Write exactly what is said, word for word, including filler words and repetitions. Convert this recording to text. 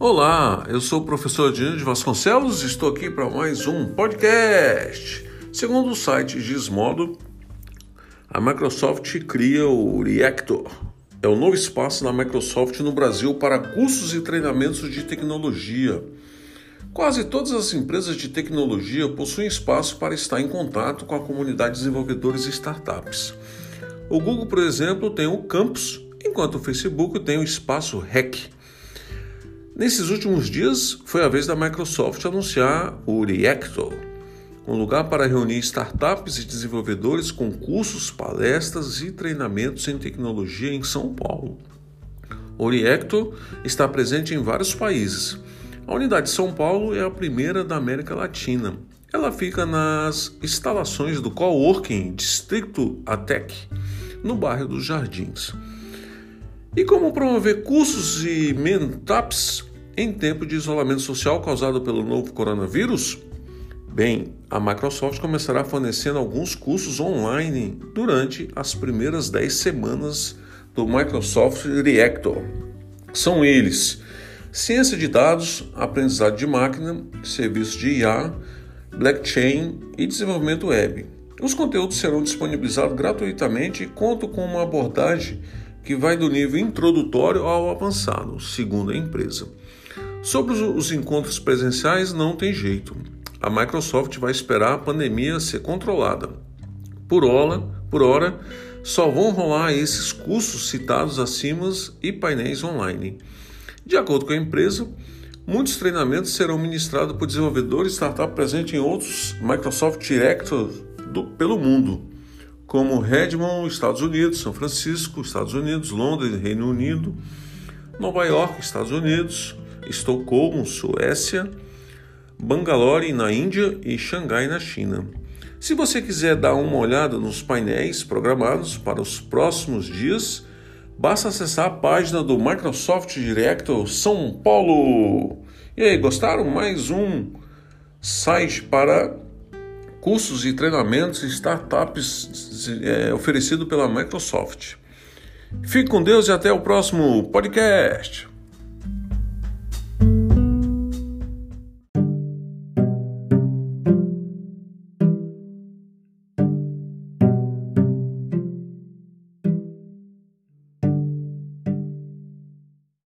Olá, eu sou o professor Adriano de Vasconcelos e estou aqui para mais um podcast. Segundo o site Gizmodo, a Microsoft cria o Reactor. É o novo espaço da Microsoft no Brasil para cursos e treinamentos de tecnologia. Quase todas as empresas de tecnologia possuem espaço para estar em contato com a comunidade de desenvolvedores e startups. O Google, por exemplo, tem o Campus, enquanto o Facebook tem o espaço Hack. Nesses últimos dias, foi a vez da Microsoft anunciar o Reactor, um lugar para reunir startups e desenvolvedores com cursos, palestras e treinamentos em tecnologia em São Paulo. O Reactor está presente em vários países. A unidade de São Paulo é a primeira da América Latina. Ela fica nas instalações do Coworking Distrito Atec, no bairro dos Jardins. E como promover cursos e meetups em tempo de isolamento social causado pelo novo coronavírus? Bem, a Microsoft começará fornecendo alguns cursos online durante as primeiras dez semanas do Microsoft Reactor. São eles: ciência de dados, aprendizado de máquina, serviços de I A, blockchain e desenvolvimento web. Os conteúdos serão disponibilizados gratuitamente e contam com uma abordagem que vai do nível introdutório ao avançado, segundo a empresa. Sobre os encontros presenciais, não tem jeito. A Microsoft vai esperar a pandemia ser controlada. Por hora, por hora, só vão rolar esses cursos citados acima e painéis online. De acordo com a empresa, muitos treinamentos serão ministrados por desenvolvedores e startups presentes em outros Microsoft Directors do, pelo mundo, como Redmond, Estados Unidos, São Francisco, Estados Unidos, Londres, Reino Unido, Nova York, Estados Unidos, Estocolmo, Suécia, Bangalore, na Índia e Xangai, na China. Se você quiser dar uma olhada nos painéis programados para os próximos dias, basta acessar a página do Microsoft Director São Paulo. E aí, gostaram? Mais um site para cursos e treinamentos e startups é, oferecido pela Microsoft. Fique com Deus e até o próximo podcast.